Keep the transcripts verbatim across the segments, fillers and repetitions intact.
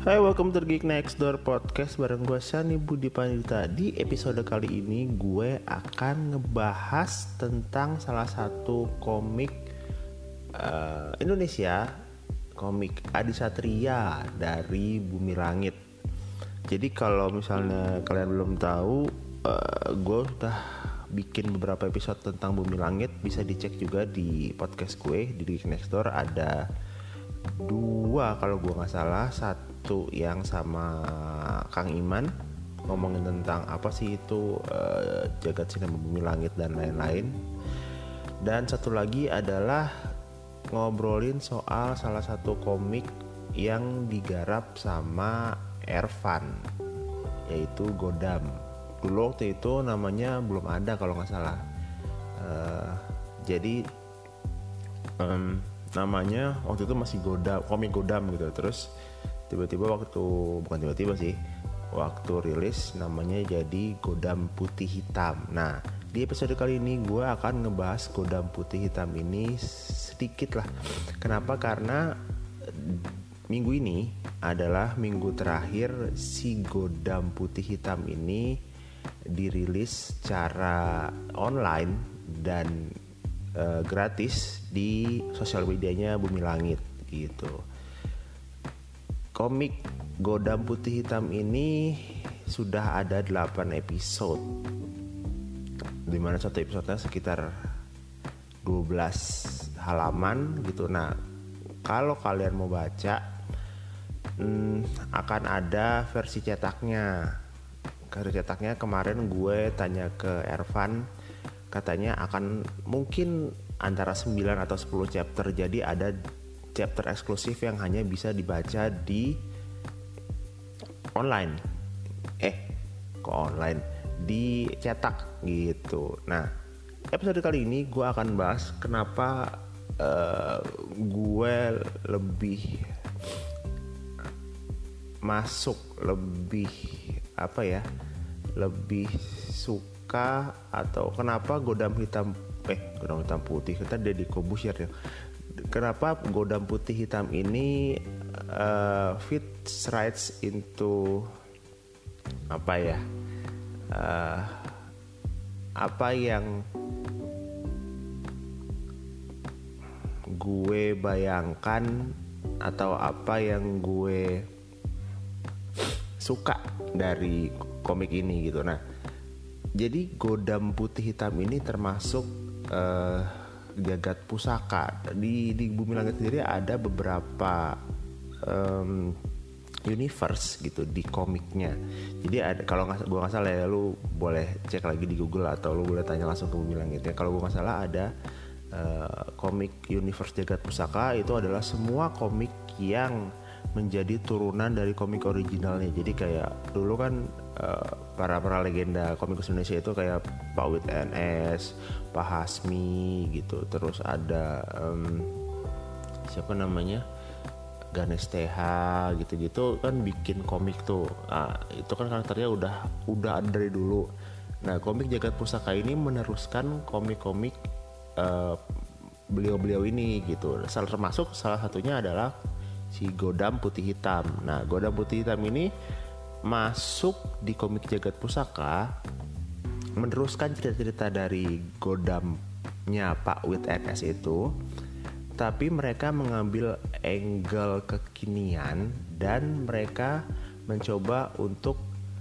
Hai, welcome to Geek Next Door Podcast bareng gue Shani Budi Pandita. Di episode kali ini gue akan ngebahas tentang salah satu komik uh, Indonesia, komik Adi Satria dari Bumi Langit. Jadi kalau misalnya kalian belum tahu, uh, gue udah bikin beberapa episode tentang Bumi Langit. Bisa dicek juga di podcast gue di Geek Next Door. Ada dua kalau gue nggak salah, satu yang sama Kang Iman ngomongin tentang apa sih itu uh, jagat sinema Bumi Langit dan lain-lain, dan satu lagi adalah ngobrolin soal salah satu komik yang digarap sama Ervan, yaitu Godam. Dulu waktu itu namanya belum ada kalau nggak salah, uh, jadi um, namanya waktu itu masih Godam, komik Godam gitu. Terus tiba-tiba waktu, bukan tiba-tiba sih, waktu rilis namanya jadi Godam Putih Hitam. Nah, di episode kali ini gue akan ngebahas Godam Putih Hitam ini sedikit lah. Kenapa? Karena minggu ini adalah minggu terakhir si Godam Putih Hitam ini dirilis secara online dan Uh, gratis di sosial medianya Bumi Langit gitu. Komik Godam Putih Hitam ini sudah ada delapan episode, dimana satu episodenya sekitar dua belas halaman gitu. Nah, kalau kalian mau baca, hmm, akan ada versi cetaknya. Versi cetaknya kemarin gue tanya ke Ervan, katanya akan mungkin antara sembilan atau sepuluh chapter. Jadi ada chapter eksklusif yang hanya bisa dibaca di online. Eh, kok online? Di cetak gitu. Nah, episode kali ini gue akan bahas kenapa uh, gue lebih masuk, lebih apa ya? Lebih suka atau kenapa Godam Hitam eh Godam Hitam Putih, kita Deddy Corbuzier ya. Kenapa Godam Putih Hitam ini uh, fits right into apa ya? Uh, apa yang gue bayangkan atau apa yang gue suka dari komik ini gitu. Nah, jadi Godam Putih Hitam ini termasuk uh, jagat pusaka. Di di Bumi Langit sendiri ada beberapa um, universe gitu di komiknya. Jadi ada, kalau nggak gue nggak salah ya, lu boleh cek lagi di Google atau lu boleh tanya langsung ke Bumi Langit ya. Kalau gue nggak salah ada uh, komik universe jagat pusaka, itu adalah semua komik yang menjadi turunan dari komik originalnya. Jadi kayak dulu kan uh, para para legenda komikus Indonesia itu kayak Pak Wit N S, Pak Hasmi gitu. Terus ada um, siapa namanya, Ganes T H gitu-gitu kan bikin komik tuh. Nah, itu kan karakternya udah udah ada dari dulu. Nah, komik Jagat Pusaka ini meneruskan komik-komik uh, beliau-beliau ini gitu. Salah termasuk salah satunya adalah si Godam Putih Hitam. Nah, Godam Putih Hitam ini masuk di komik Jagat Pusaka, meneruskan cerita-cerita dari Godamnya Pak Wit N S itu, tapi mereka mengambil angle kekinian dan mereka mencoba untuk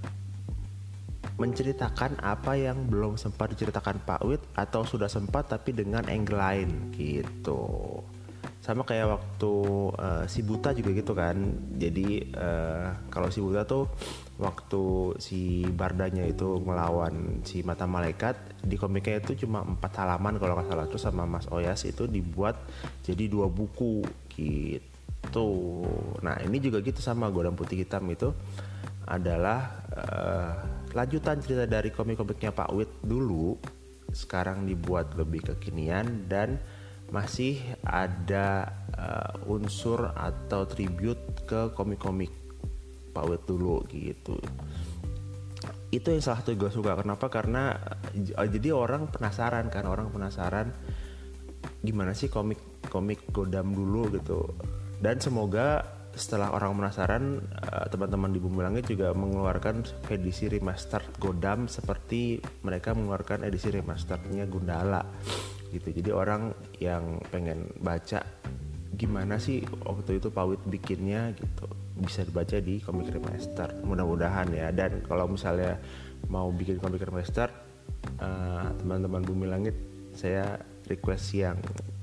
menceritakan apa yang belum sempat diceritakan Pak Wit atau sudah sempat tapi dengan angle lain gitu. Sama kayak waktu uh, si Buta juga gitu kan. Jadi uh, kalau si Buta tuh waktu si Bardanya itu ngelawan si Mata Malaikat, di komiknya itu cuma empat halaman kalau nggak salah. Terus sama Mas Oyas itu dibuat jadi dua buku gitu. Nah, ini juga gitu sama Godam Putih Hitam itu adalah uh, lanjutan cerita dari komik-komiknya Pak Wit dulu, sekarang dibuat lebih kekinian dan masih ada uh, unsur atau tribute ke komik-komik Pak Wit dulu gitu. Itu yang salah satu gue suka. Kenapa? Karena uh, jadi orang penasaran kan, orang penasaran gimana sih komik-komik Godam dulu gitu. Dan semoga setelah orang penasaran, uh, teman-teman di Bumi Langit juga mengeluarkan edisi remastered Godam seperti mereka mengeluarkan edisi remasterednya Gundala gitu. Jadi orang yang pengen baca gimana sih waktu itu Pak Wit bikinnya gitu bisa dibaca di komik remaster, mudah-mudahan ya. Dan kalau misalnya mau bikin komik remaster, uh, teman-teman Bumi Langit, saya request yang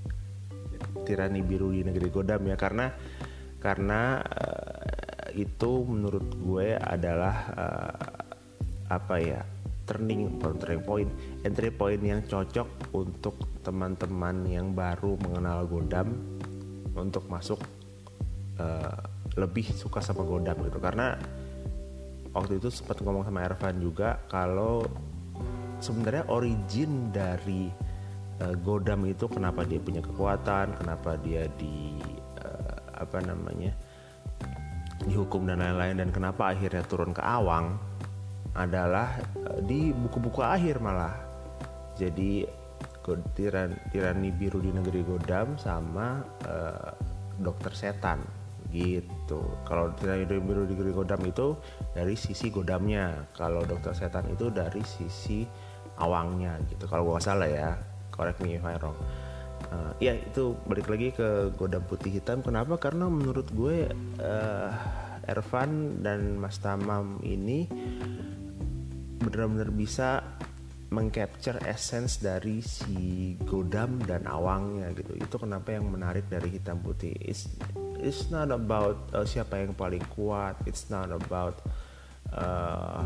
Tirani Biru di Negeri Godam ya, karena karena uh, itu menurut gue adalah uh, apa ya turning point, turning point, entry point yang cocok untuk teman-teman yang baru mengenal Godam untuk masuk uh, lebih suka sama Godam gitu. Karena waktu itu sempat ngomong sama Ervan juga kalau sebenarnya origin dari uh, Godam itu kenapa dia punya kekuatan, kenapa dia di uh, apa namanya dihukum dan lain-lain, dan kenapa akhirnya turun ke Awang adalah uh, di buku-buku akhir malah. Jadi Tiran, Tirani Biru di Negeri Godam sama uh, Dokter Setan gitu. Kalau Tirani Biru di Negeri Godam itu dari sisi Godamnya, kalau Dokter Setan itu dari sisi Awangnya gitu. Kalau gue nggak salah ya, correct me if I'm wrong. Uh, ya itu balik lagi ke Godam Putih Hitam. Kenapa? Karena menurut gue uh, Ervan dan Mas Tamam ini benar-benar bisa mengcapture essence dari si Godam dan Awangnya gitu. Itu kenapa yang menarik dari Hitam Putih. It's, it's not about uh, siapa yang paling kuat. It's not about uh,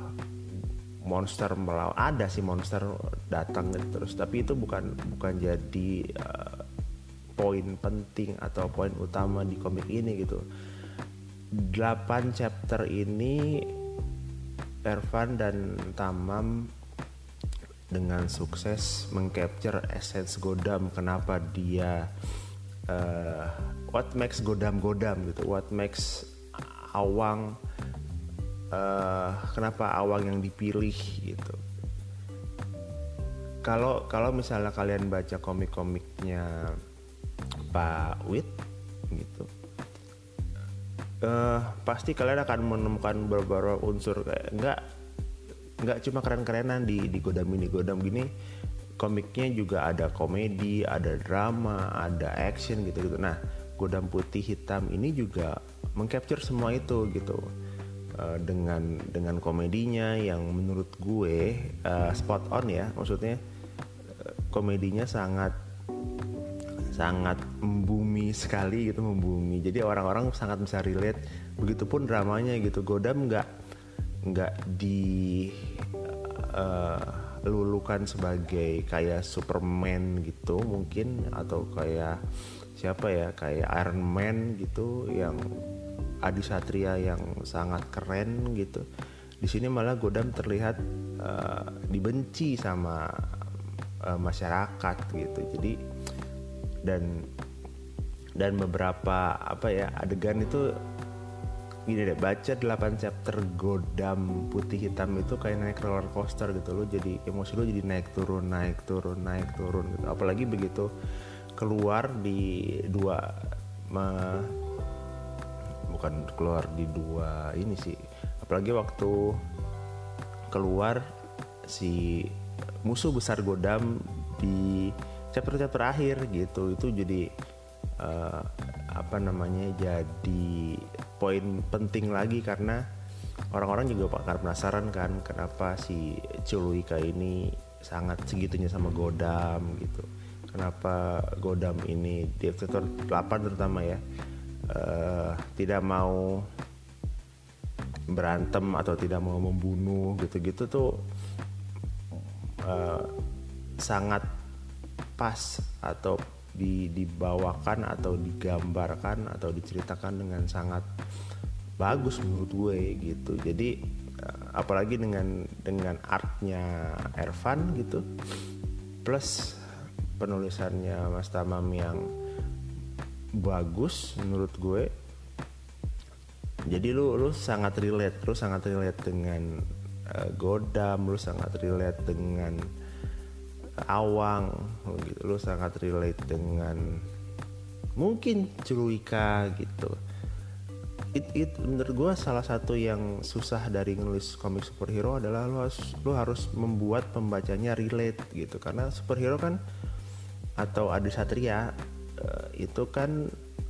monster melawan. Ada sih monster datang gitu terus, tapi itu bukan bukan jadi uh, poin penting atau poin utama di komik ini gitu. delapan chapter ini Ervan dan Tamam dengan sukses mengcapture essence Godam, kenapa dia uh, what makes Godam Godam gitu, what makes Awang uh, kenapa Awang yang dipilih gitu. Kalau kalau misalnya kalian baca komik-komiknya Pak Wit gitu, uh, pasti kalian akan menemukan beberapa unsur kayak enggak nggak cuma keren-kerenan di di Godam ini. Godam gini komiknya juga ada komedi, ada drama, ada action gitu-gitu. Nah, Godam Putih Hitam ini juga mengcapture semua itu gitu. Uh, dengan dengan komedinya yang menurut gue uh, spot on ya. Maksudnya uh, komedinya sangat sangat membumi sekali gitu, membumi. Jadi orang-orang sangat bisa relate. Begitupun dramanya gitu. Godam nggak nggak dilulukan uh, sebagai kayak Superman gitu mungkin, atau kayak siapa ya, kayak Iron Man gitu yang Adi Satria yang sangat keren gitu. Di sini malah Godam terlihat uh, dibenci sama uh, masyarakat gitu. Jadi dan dan beberapa apa ya adegan itu gini deh, baca delapan chapter Godam Putih Hitam itu kayak naik roller coaster gitu. Lo jadi emosi lo jadi naik turun naik turun naik turun gitu. Apalagi begitu keluar di dua me, bukan keluar di dua ini sih, apalagi waktu keluar si musuh besar Godam di chapter-chapter akhir gitu. Itu jadi uh, apa namanya jadi poin penting lagi, karena orang-orang juga bakal penasaran kan kenapa si Culuika ini sangat segitunya sama Godam gitu. Kenapa Godam ini di chapter delapan terutama ya uh, tidak mau berantem atau tidak mau membunuh gitu-gitu tuh uh, sangat pas atau di, dibawakan atau digambarkan atau diceritakan dengan sangat bagus menurut gue gitu. Jadi uh, apalagi dengan dengan artnya Ervan gitu plus penulisannya Mas Tamam yang bagus menurut gue. Jadi lu lu sangat relate, lu sangat relate dengan uh, Godam, lu sangat relate dengan Awang gitu, lu sangat relate dengan mungkin Culuika gitu. it, it, menurut gue salah satu yang susah dari nulis komik superhero adalah lo harus lo harus membuat pembacanya relate gitu, karena superhero kan atau Adi Satria uh, itu kan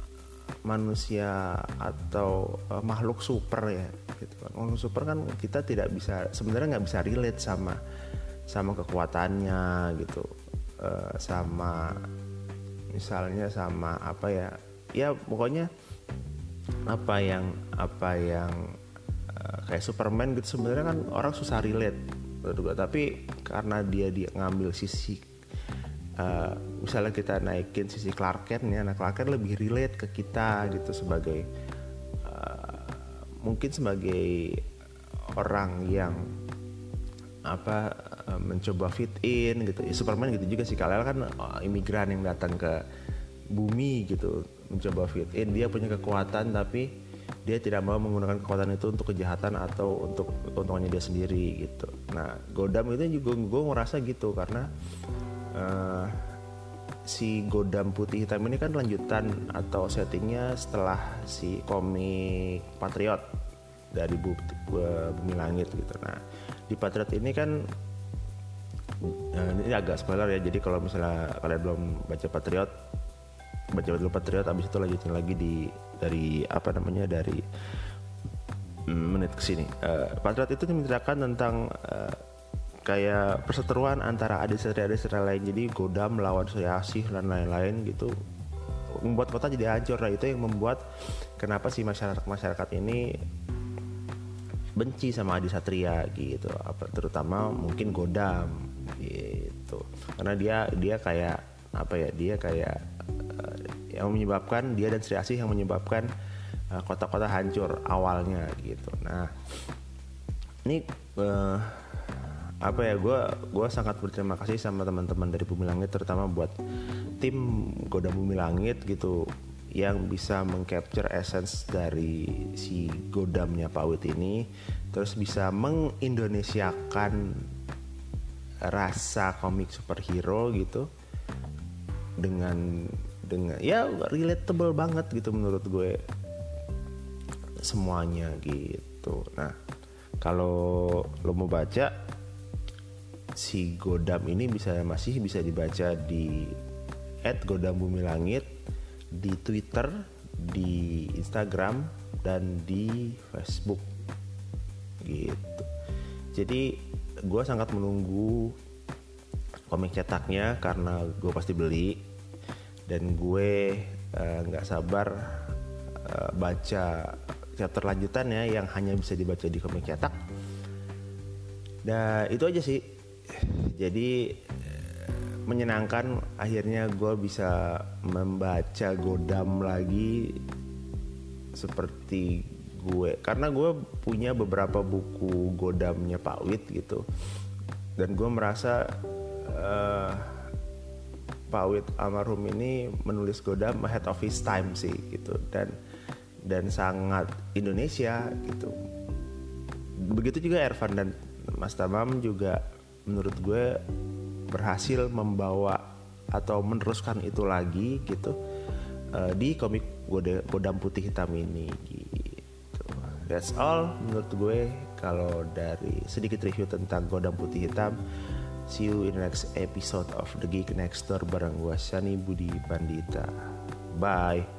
manusia atau uh, makhluk super ya gitu kan. Makhluk super kan kita tidak bisa, sebenarnya nggak bisa relate sama sama kekuatannya gitu, uh, sama misalnya sama apa ya ya pokoknya apa yang apa yang uh, kayak Superman gitu, sebenarnya kan orang susah relate juga, tapi karena dia dia ngambil sisi Uh, misalnya kita naikin sisi Clark Kent ya, nah Clark Kent lebih relate ke kita gitu sebagai uh, mungkin sebagai orang yang apa uh, mencoba fit in gitu. Superman gitu juga sih, Kal-El kan uh, imigran yang datang ke bumi gitu mencoba fit in, dia punya kekuatan tapi dia tidak mau menggunakan kekuatan itu untuk kejahatan atau untuk keuntungannya dia sendiri gitu. Nah Gotham itu juga gue ngerasa gitu karena Uh, si Gotham Putih Hitam ini kan lanjutan atau settingnya setelah si komik Patriot dari Bu, Bu, Bumi Langit gitu. Nah di Patriot ini kan uh, ini agak spoiler ya, jadi kalau misalnya kalian belum baca Patriot, baca dulu Patriot, abis itu lanjutin lagi di dari apa namanya dari mm, menit kesini. Uh, Patriot itu menceritakan tentang uh, kayak perseteruan antara Adi Satria Adi Satria lain, jadi Gotham melawan Surya Asih dan lain-lain gitu, membuat kota jadi hancur. Nah itu yang membuat kenapa sih masyarakat masyarakat ini benci sama Adi Satria gitu, apa terutama mungkin Gotham gitu, karena dia dia kayak apa ya dia kayak uh, yang menyebabkan dia dan Surya Asih yang menyebabkan uh, kota-kota hancur awalnya gitu. Nah ini uh, apa ya gue gue sangat berterima kasih sama teman-teman dari Bumi Langit, terutama buat tim Gotham Bumi Langit gitu yang bisa mengcapture essence dari si Gothamnya Pak Wit ini, terus bisa mengindonesiakan rasa komik superhero gitu dengan dengan ya relatable banget gitu menurut gue semuanya gitu. Nah kalau lo mau baca si Gotham ini bisa masih bisa dibaca di et gotham bumi langit di Twitter, di Instagram dan di Facebook gitu. Jadi gue sangat menunggu komik cetaknya karena gue pasti beli, dan gue nggak uh, sabar uh, baca chapter lanjutannya yang hanya bisa dibaca di komik cetak. Dan itu aja sih. Jadi menyenangkan akhirnya gue bisa membaca Gotham lagi seperti gue, karena gue punya beberapa buku Gothamnya Pak Wit gitu, dan gue merasa uh, Pak Wit almarhum ini menulis Gotham ahead of his time sih gitu, dan dan sangat Indonesia gitu. Begitu juga Ervan dan Mas Tamam juga menurut gue berhasil membawa atau meneruskan itu lagi gitu uh, di komik Gotham Putih Hitam ini gitu. That's all menurut gue kalau dari sedikit review tentang Gotham Putih Hitam. See you in the next episode of The Geek Next Door bareng gue Shani Budi Pandita. Bye.